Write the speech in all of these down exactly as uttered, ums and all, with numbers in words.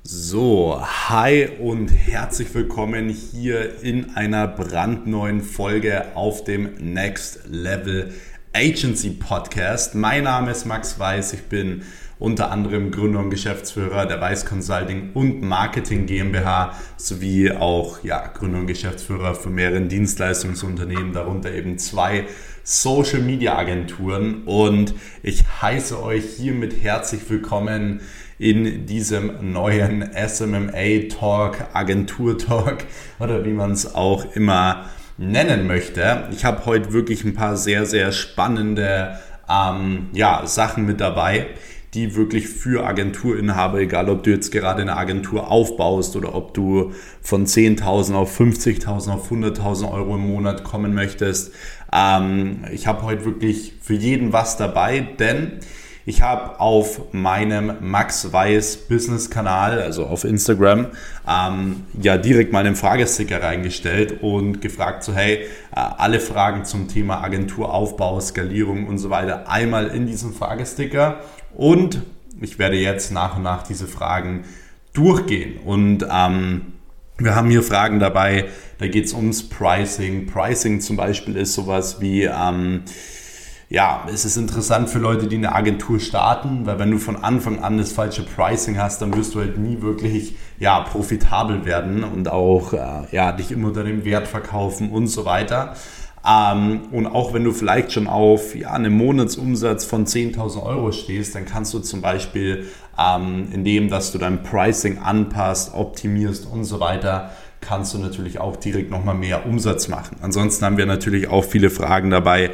So, hi und herzlich willkommen hier in einer brandneuen Folge auf dem Next Level Agency Podcast. Mein Name ist Max Weiß, ich bin unter anderem Gründer und Geschäftsführer der Weiß Consulting und Marketing GmbH sowie auch ja, Gründer und Geschäftsführer von mehreren Dienstleistungsunternehmen, darunter eben zwei Social Media Agenturen, und ich heiße euch hiermit herzlich willkommen in diesem neuen S M M A Talk, Agentur Talk oder wie man es auch immer nennen möchte. Ich habe heute wirklich ein paar sehr, sehr spannende ähm, ja, Sachen mit dabei, die wirklich für Agenturinhaber, egal ob du jetzt gerade eine Agentur aufbaust oder ob du von zehntausend auf fünfzigtausend auf hunderttausend Euro im Monat kommen möchtest. Ähm, ich habe heute wirklich für jeden was dabei, denn ich habe auf meinem Max Weiß Business Kanal, also auf Instagram, ähm, ja direkt mal einen Fragesticker reingestellt und gefragt so, hey, äh, alle Fragen zum Thema Agenturaufbau, Skalierung und so weiter einmal in diesem Fragesticker, und ich werde jetzt nach und nach diese Fragen durchgehen. Und ähm, wir haben hier Fragen dabei, da geht es ums Pricing. Pricing zum Beispiel ist sowas wie... Ähm, Ja, es ist interessant für Leute, die eine Agentur starten, weil wenn du von Anfang an das falsche Pricing hast, dann wirst du halt nie wirklich ja, profitabel werden und auch äh, ja, dich immer unter dem Wert verkaufen und so weiter. Ähm, und auch wenn du vielleicht schon auf ja, einem Monatsumsatz von zehntausend Euro stehst, dann kannst du zum Beispiel, ähm, indem dass du dein Pricing anpasst, optimierst und so weiter, kannst du natürlich auch direkt nochmal mehr Umsatz machen. Ansonsten haben wir natürlich auch viele Fragen dabei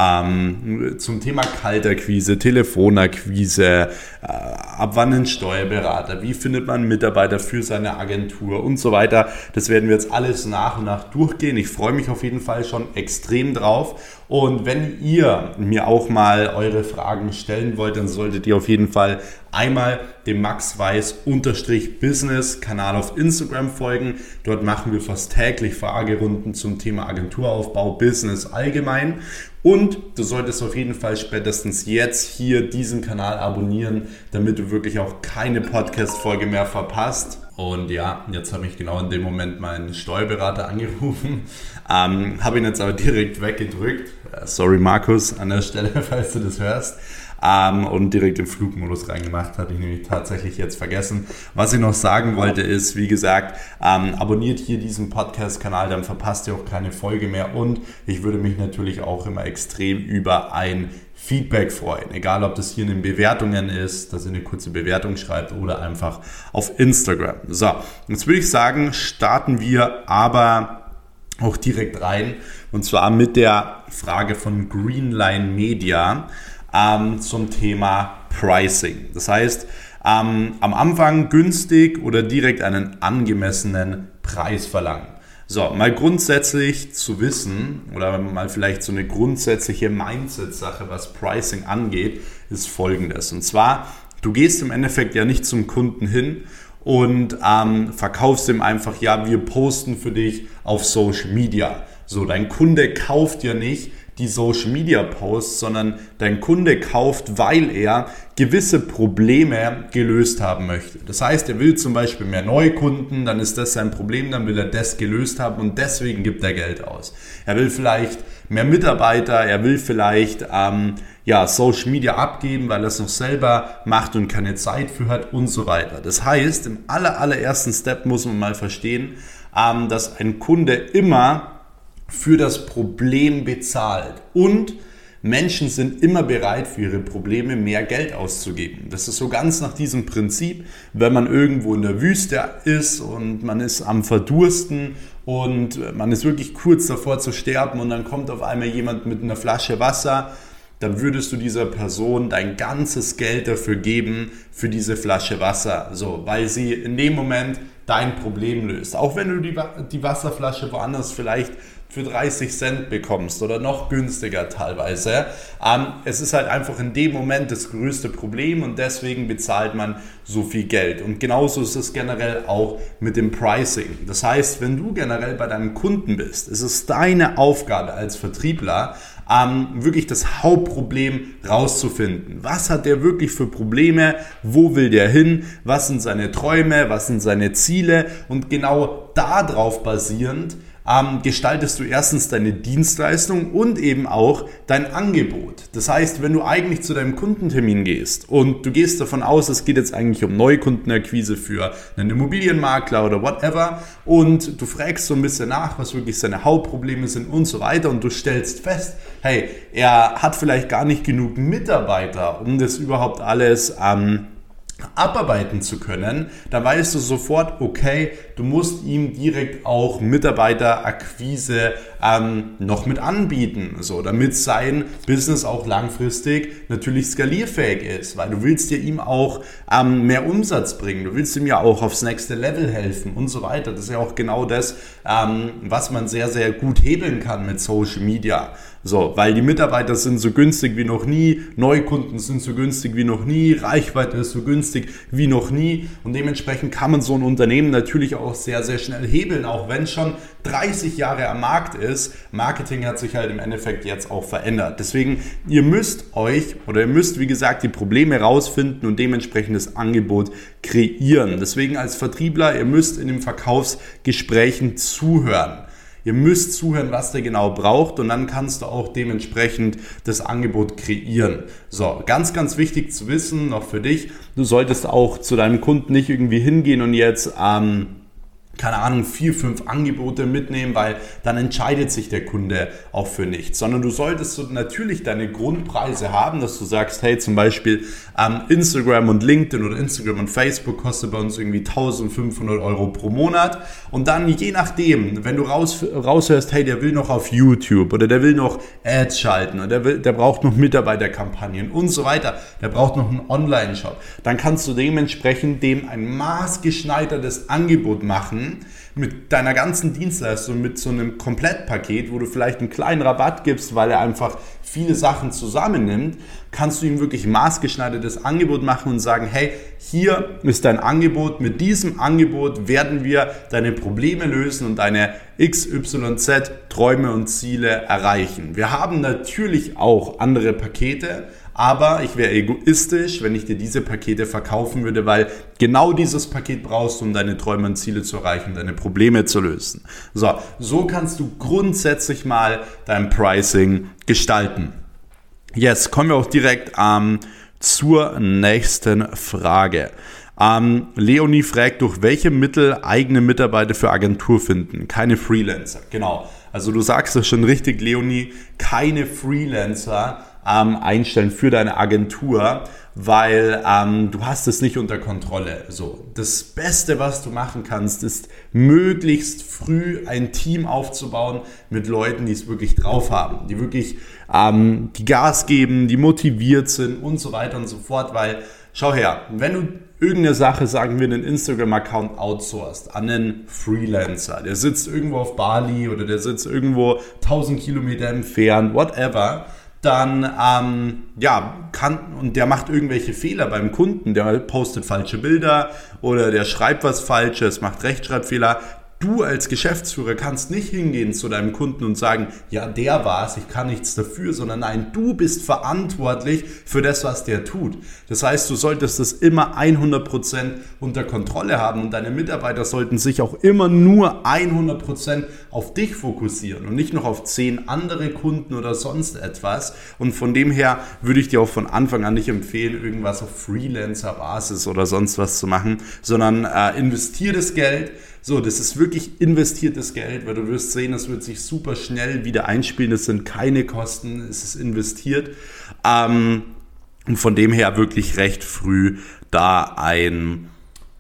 ähm, zum Thema Kaltakquise, Telefonakquise, äh, ab wann ein Steuerberater, wie findet man Mitarbeiter für seine Agentur und so weiter. Das werden wir jetzt alles nach und nach durchgehen. Ich freue mich auf jeden Fall schon extrem drauf. Und wenn ihr mir auch mal eure Fragen stellen wollt, dann solltet ihr auf jeden Fall einmal dem Max Weiß Business Kanal auf Instagram folgen. Dort machen wir fast täglich Fragerunden zum Thema Agenturaufbau, Business allgemein. Und du solltest auf jeden Fall spätestens jetzt hier diesen Kanal abonnieren, damit du wirklich auch keine Podcast-Folge mehr verpasst. Und ja, jetzt habe ich genau in dem Moment meinen Steuerberater angerufen, ähm, habe ihn jetzt aber direkt weggedrückt. Sorry Markus an der Stelle, falls du das hörst. Ähm, und direkt im Flugmodus reingemacht, hatte ich nämlich tatsächlich jetzt vergessen. Was ich noch sagen wollte ist, wie gesagt, ähm, abonniert hier diesen Podcast-Kanal, dann verpasst ihr auch keine Folge mehr, und ich würde mich natürlich auch immer extrem über ein Feedback freuen, egal ob das hier in den Bewertungen ist, dass ihr eine kurze Bewertung schreibt oder einfach auf Instagram. So, jetzt würde ich sagen, starten wir aber auch direkt rein, und zwar mit der Frage von Greenline Media ähm, zum Thema Pricing. Das heißt, ähm, am Anfang günstig oder direkt einen angemessenen Preis verlangen. So, mal grundsätzlich zu wissen oder mal vielleicht so eine grundsätzliche Mindset-Sache, was Pricing angeht, ist folgendes. Und zwar, du gehst im Endeffekt ja nicht zum Kunden hin und ähm, verkaufst ihm einfach, ja, wir posten für dich auf Social Media. So, dein Kunde kauft ja nicht die Social Media Posts, sondern dein Kunde kauft, weil er gewisse Probleme gelöst haben möchte. Das heißt, er will zum Beispiel mehr Neukunden, dann ist das sein Problem, dann will er das gelöst haben und deswegen gibt er Geld aus. Er will vielleicht mehr Mitarbeiter, er will vielleicht ähm, ja, Social Media abgeben, weil er es noch selber macht und keine Zeit für hat und so weiter. Das heißt, im aller, allerersten Step muss man mal verstehen, ähm, dass ein Kunde immer für das Problem bezahlt, und Menschen sind immer bereit, für ihre Probleme mehr Geld auszugeben. Das ist so ganz nach diesem Prinzip, wenn man irgendwo in der Wüste ist und man ist am Verdursten und man ist wirklich kurz davor zu sterben und dann kommt auf einmal jemand mit einer Flasche Wasser, dann würdest du dieser Person dein ganzes Geld dafür geben, für diese Flasche Wasser, so, weil sie in dem Moment dein Problem löst. Auch wenn du die, die Wasserflasche woanders vielleicht für dreißig Cent bekommst oder noch günstiger teilweise. Ähm, es ist halt einfach in dem Moment das größte Problem und deswegen bezahlt man so viel Geld. Und genauso ist es generell auch mit dem Pricing. Das heißt, wenn du generell bei deinem Kunden bist, ist es deine Aufgabe als Vertriebler, ähm, wirklich das Hauptproblem rauszufinden. Was hat der wirklich für Probleme? Wo will der hin? Was sind seine Träume? Was sind seine Ziele? Und genau darauf basierend ähm, gestaltest du erstens deine Dienstleistung und eben auch dein Angebot. Das heißt, wenn du eigentlich zu deinem Kundentermin gehst und du gehst davon aus, es geht jetzt eigentlich um Neukundenakquise für einen Immobilienmakler oder whatever und du fragst so ein bisschen nach, was wirklich seine Hauptprobleme sind und so weiter und du stellst fest, hey, er hat vielleicht gar nicht genug Mitarbeiter, um das überhaupt alles ähm, abarbeiten zu können, dann weißt du sofort, okay, du musst ihm direkt auch Mitarbeiterakquise ähm, noch mit anbieten, so, damit sein Business auch langfristig natürlich skalierfähig ist, weil du willst ja ihm auch ähm, mehr Umsatz bringen, du willst ihm ja auch aufs nächste Level helfen und so weiter. Das ist ja auch genau das, ähm, was man sehr, sehr gut hebeln kann mit Social Media. So, weil die Mitarbeiter sind so günstig wie noch nie, Neukunden sind so günstig wie noch nie, Reichweite ist so günstig wie noch nie und dementsprechend kann man so ein Unternehmen natürlich auch sehr, sehr schnell hebeln, auch wenn es schon dreißig Jahre am Markt ist. Marketing hat sich halt im Endeffekt jetzt auch verändert. Deswegen, ihr müsst euch oder ihr müsst, wie gesagt, die Probleme rausfinden und dementsprechend das Angebot kreieren. Deswegen als Vertriebler, ihr müsst in den Verkaufsgesprächen zuhören. Ihr müsst zuhören, was der genau braucht und dann kannst du auch dementsprechend das Angebot kreieren. So, ganz, ganz wichtig zu wissen, noch für dich, du solltest auch zu deinem Kunden nicht irgendwie hingehen und jetzt ähm, keine Ahnung, vier, fünf Angebote mitnehmen, weil dann entscheidet sich der Kunde auch für nichts, sondern du solltest so natürlich deine Grundpreise haben, dass du sagst, hey, zum Beispiel ähm, Instagram und LinkedIn oder Instagram und Facebook kostet bei uns irgendwie eintausendfünfhundert Euro pro Monat und dann je nachdem, wenn du raus, raushörst, hey, der will noch auf YouTube oder der will noch Ads schalten oder der, will, der braucht noch Mitarbeiterkampagnen und so weiter, der braucht noch einen Online-Shop, dann kannst du dementsprechend dem ein maßgeschneidertes Angebot machen, mit deiner ganzen Dienstleistung, mit so einem Komplettpaket, wo du vielleicht einen kleinen Rabatt gibst, weil er einfach viele Sachen zusammennimmt, kannst du ihm wirklich maßgeschneidertes Angebot machen und sagen, hey, hier ist dein Angebot, mit diesem Angebot werden wir deine Probleme lösen und deine X Y Z Träume und Ziele erreichen. Wir haben natürlich auch andere Pakete, aber ich wäre egoistisch, wenn ich dir diese Pakete verkaufen würde, weil genau dieses Paket brauchst du, um deine Träume und Ziele zu erreichen, deine Probleme zu lösen. So, so kannst du grundsätzlich mal dein Pricing gestalten. Jetzt kommen wir auch direkt ähm, zur nächsten Frage. Ähm, Leonie fragt, durch welche Mittel eigene Mitarbeiter für Agentur finden? Keine Freelancer, genau. Also du sagst es schon richtig, Leonie, keine Freelancer ähm, einstellen für deine Agentur, weil ähm, du hast es nicht unter Kontrolle. So, das Beste, was du machen kannst, ist möglichst früh ein Team aufzubauen mit Leuten, die es wirklich drauf haben, die wirklich ähm, die Gas geben, die motiviert sind und so weiter und so fort, weil schau her, wenn du irgendeine Sache, sagen wir, einen Instagram-Account outsourced an einen Freelancer, der sitzt irgendwo auf Bali oder der sitzt irgendwo tausend Kilometer entfernt, whatever, dann ähm, ja, kann und der macht irgendwelche Fehler beim Kunden, der postet falsche Bilder oder der schreibt was Falsches, macht Rechtschreibfehler. Du als Geschäftsführer kannst nicht hingehen zu deinem Kunden und sagen, ja, der war's, ich kann nichts dafür, sondern nein, du bist verantwortlich für das, was der tut. Das heißt, du solltest das immer hundert Prozent unter Kontrolle haben und deine Mitarbeiter sollten sich auch immer nur hundert Prozent auf dich fokussieren und nicht noch auf zehn andere Kunden oder sonst etwas. Und von dem her würde ich dir auch von Anfang an nicht empfehlen, irgendwas auf Freelancer-Basis oder sonst was zu machen, sondern äh, investier das Geld. So, das ist wirklich investiertes Geld, weil du wirst sehen, das wird sich super schnell wieder einspielen. Das sind keine Kosten, es ist investiert. Ähm, und von dem her wirklich recht früh da ein,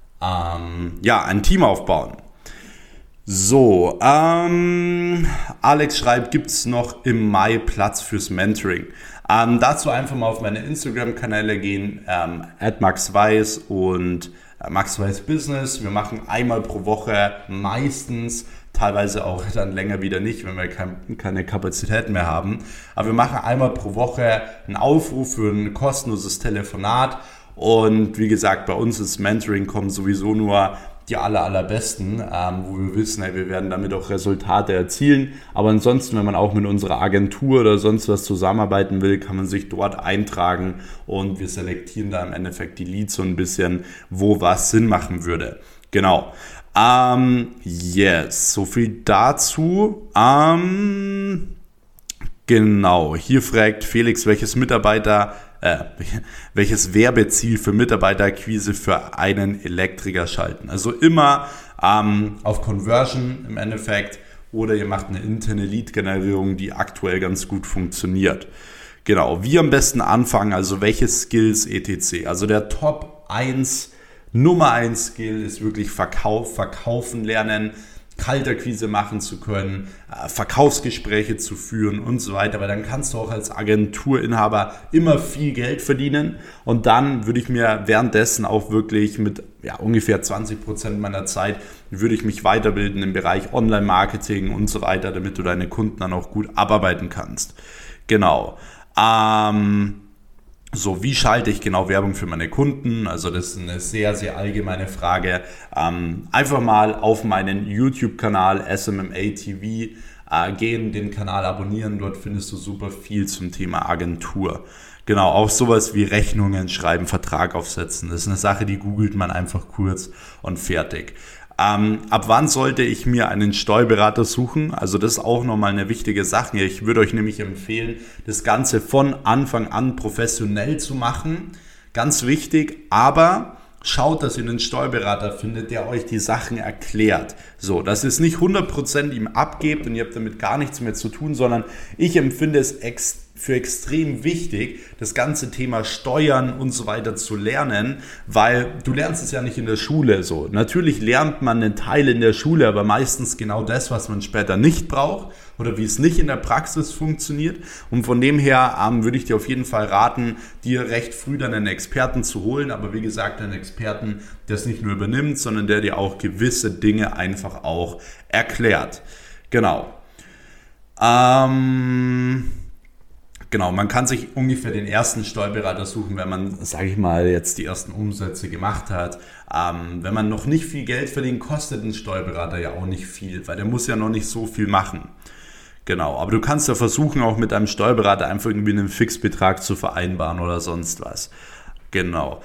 ähm, ja, ein Team aufbauen. So, ähm, Alex schreibt, gibt es noch im Mai Platz fürs Mentoring? Ähm, dazu einfach mal auf meine Instagram-Kanäle gehen, ähm, at Max Weiß und Max Weiß Business. Wir machen einmal pro Woche meistens, teilweise auch dann länger wieder nicht, wenn wir kein, keine Kapazität mehr haben. Aber wir machen einmal pro Woche einen Aufruf für ein kostenloses Telefonat. Und wie gesagt, bei uns ist Mentoring kommt sowieso nur die aller, allerbesten, ähm, wo wir wissen, hey, wir werden damit auch Resultate erzielen. Aber ansonsten, wenn man auch mit unserer Agentur oder sonst was zusammenarbeiten will, kann man sich dort eintragen und wir selektieren da im Endeffekt die Leads so ein bisschen, wo was Sinn machen würde. Genau. Ähm, yes, so viel dazu. Ähm, genau, hier fragt Felix, welches Mitarbeiter Äh, welches Werbeziel für Mitarbeiterakquise für einen Elektriker schalten. Also immer ähm, auf Conversion im Endeffekt oder ihr macht eine interne Lead-Generierung, die aktuell ganz gut funktioniert. Genau, wie am besten anfangen, also welche Skills et cetera. Also der Top eins, Nummer eins Skill ist wirklich Verkauf, Verkaufen lernen, Kaltakquise machen zu können, Verkaufsgespräche zu führen und so weiter, weil dann kannst du auch als Agenturinhaber immer viel Geld verdienen und dann würde ich mir währenddessen auch wirklich mit ja, ungefähr zwanzig Prozent meiner Zeit würde ich mich weiterbilden im Bereich Online-Marketing und so weiter, damit du deine Kunden dann auch gut abarbeiten kannst. Genau. Ähm... So, wie schalte ich genau Werbung für meine Kunden? Also das ist eine sehr, sehr allgemeine Frage. Ähm, einfach mal auf meinen YouTube-Kanal S M M A T V äh, gehen, den Kanal abonnieren. Dort findest du super viel zum Thema Agentur. Genau, auch sowas wie Rechnungen schreiben, Vertrag aufsetzen. Das ist eine Sache, die googelt man einfach kurz und fertig. Ähm, ab wann sollte ich mir einen Steuerberater suchen? Also das ist auch nochmal eine wichtige Sache. Ich würde euch nämlich empfehlen, das Ganze von Anfang an professionell zu machen. Ganz wichtig, aber schaut, dass ihr einen Steuerberater findet, der euch die Sachen erklärt. So, dass ihr es nicht hundert Prozent ihm abgebt und ihr habt damit gar nichts mehr zu tun, sondern ich empfinde es extrem für extrem wichtig, das ganze Thema Steuern und so weiter zu lernen, weil du lernst es ja nicht in der Schule so. Natürlich lernt man einen Teil in der Schule, aber meistens genau das, was man später nicht braucht oder wie es nicht in der Praxis funktioniert. Und von dem her ähm, würde ich dir auf jeden Fall raten, dir recht früh dann einen Experten zu holen, aber wie gesagt, einen Experten, der es nicht nur übernimmt, sondern der dir auch gewisse Dinge einfach auch erklärt. Genau. Ähm... Genau, man kann sich ungefähr den ersten Steuerberater suchen, wenn man, sage ich mal, jetzt die ersten Umsätze gemacht hat. Ähm, wenn man noch nicht viel Geld verdient, kostet ein Steuerberater ja auch nicht viel, weil der muss ja noch nicht so viel machen. Genau, aber du kannst ja versuchen, auch mit einem Steuerberater einfach irgendwie einen Fixbetrag zu vereinbaren oder sonst was. Genau.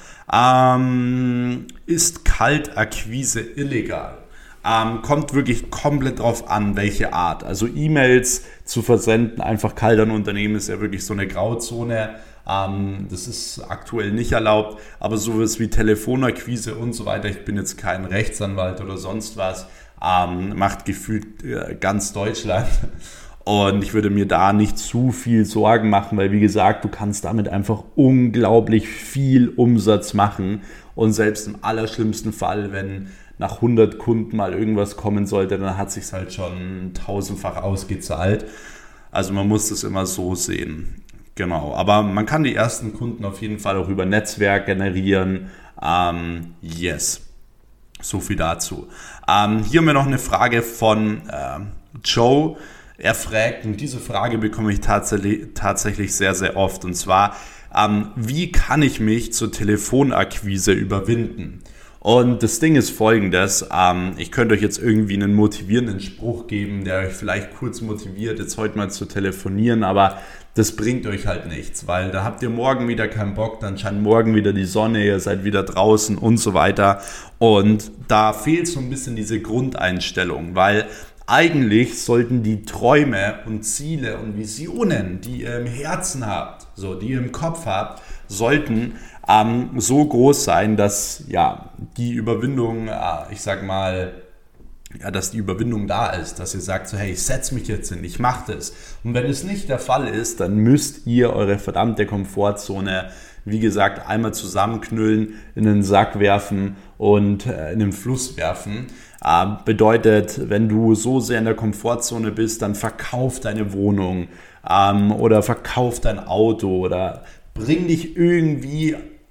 Ähm, ist Kaltakquise illegal? Ähm, kommt wirklich komplett drauf an, welche Art. Also E-Mails zu versenden, einfach kalt an Unternehmen, ist ja wirklich so eine Grauzone. Ähm, das ist aktuell nicht erlaubt, aber sowas wie Telefonakquise und so weiter, ich bin jetzt kein Rechtsanwalt oder sonst was, ähm, macht gefühlt äh, ganz Deutschland. Und ich würde mir da nicht zu viel Sorgen machen, weil wie gesagt, du kannst damit einfach unglaublich viel Umsatz machen. Und selbst im allerschlimmsten Fall, wenn nach hundert Kunden mal irgendwas kommen sollte, dann hat es sich halt schon tausendfach ausgezahlt. Also man muss das immer so sehen. Genau, aber man kann die ersten Kunden auf jeden Fall auch über Netzwerk generieren. Ähm, yes, so viel dazu. Ähm, hier haben wir noch eine Frage von äh, Joe. Er fragt, und diese Frage bekomme ich tatsächlich, tatsächlich sehr, sehr oft, und zwar, ähm, wie kann ich mich zur Telefonakquise überwinden? Und das Ding ist folgendes, ähm, ich könnte euch jetzt irgendwie einen motivierenden Spruch geben, der euch vielleicht kurz motiviert, jetzt heute mal zu telefonieren, aber das bringt euch halt nichts, weil da habt ihr morgen wieder keinen Bock, dann scheint morgen wieder die Sonne, ihr seid wieder draußen und so weiter. Und da fehlt so ein bisschen diese Grundeinstellung, weil eigentlich sollten die Träume und Ziele und Visionen, die ihr im Herzen habt, so die ihr im Kopf habt, sollten ähm, so groß sein, dass ja die Überwindung, äh, ich sag mal, ja, dass die Überwindung da ist, dass ihr sagt so, hey, ich setze mich jetzt hin, ich mache das. Und wenn es nicht der Fall ist, dann müsst ihr eure verdammte Komfortzone, wie gesagt, einmal zusammenknüllen, in den Sack werfen und äh, in den Fluss werfen. Äh, bedeutet, wenn du so sehr in der Komfortzone bist, dann verkauf deine Wohnung ähm, oder verkauf dein Auto oder bring dich irgendwie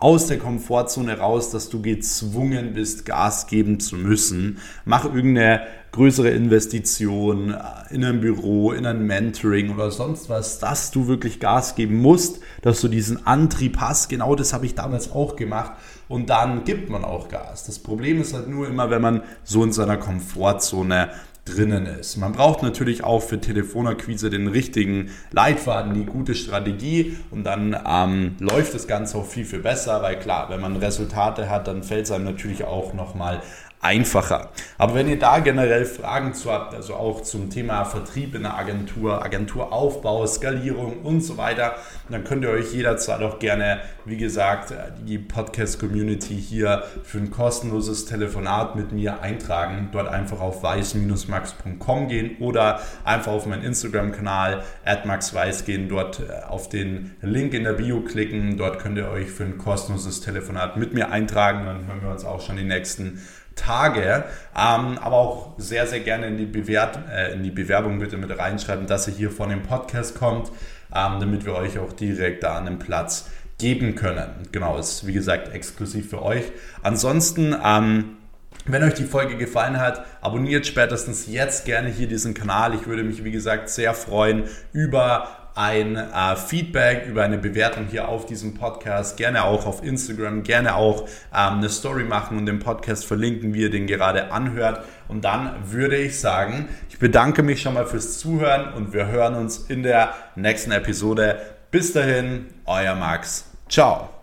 aus der Komfortzone raus, dass du gezwungen bist, Gas geben zu müssen. Mach irgendeine größere Investition in ein Büro, in ein Mentoring oder sonst was, dass du wirklich Gas geben musst, dass du diesen Antrieb hast. Genau das habe ich damals auch gemacht und dann gibt man auch Gas. Das Problem ist halt nur immer, wenn man so in seiner Komfortzone drinnen ist. Man braucht natürlich auch für Telefonakquise den richtigen Leitfaden, die gute Strategie und dann ähm, läuft das Ganze auch viel, viel besser, weil klar, wenn man Resultate hat, dann fällt es einem natürlich auch nochmal einfacher. Aber wenn ihr da generell Fragen zu habt, also auch zum Thema Vertrieb in der Agentur, Agenturaufbau, Skalierung und so weiter, dann könnt ihr euch jederzeit auch gerne, wie gesagt, die Podcast-Community hier für ein kostenloses Telefonat mit mir eintragen. Dort einfach auf weiß Bindestrich max Punkt com gehen oder einfach auf meinen Instagram-Kanal at maxweiss gehen, dort auf den Link in der Bio klicken. Dort könnt ihr euch für ein kostenloses Telefonat mit mir eintragen. Dann hören wir uns auch schon die nächsten Tage, ähm, aber auch sehr, sehr gerne in die, Bewert- äh, in die Bewerbung bitte mit reinschreiben, dass ihr hier von dem Podcast kommt, ähm, damit wir euch auch direkt da einen Platz geben können. Genau, ist wie gesagt exklusiv für euch. Ansonsten, ähm, wenn euch die Folge gefallen hat, abonniert spätestens jetzt gerne hier diesen Kanal. Ich würde mich wie gesagt sehr freuen über ein äh, Feedback, über eine Bewertung hier auf diesem Podcast, gerne auch auf Instagram, gerne auch ähm, eine Story machen und den Podcast verlinken, wie ihr den gerade anhört. Und dann würde ich sagen, ich bedanke mich schon mal fürs Zuhören und wir hören uns in der nächsten Episode. Bis dahin, euer Max. Ciao.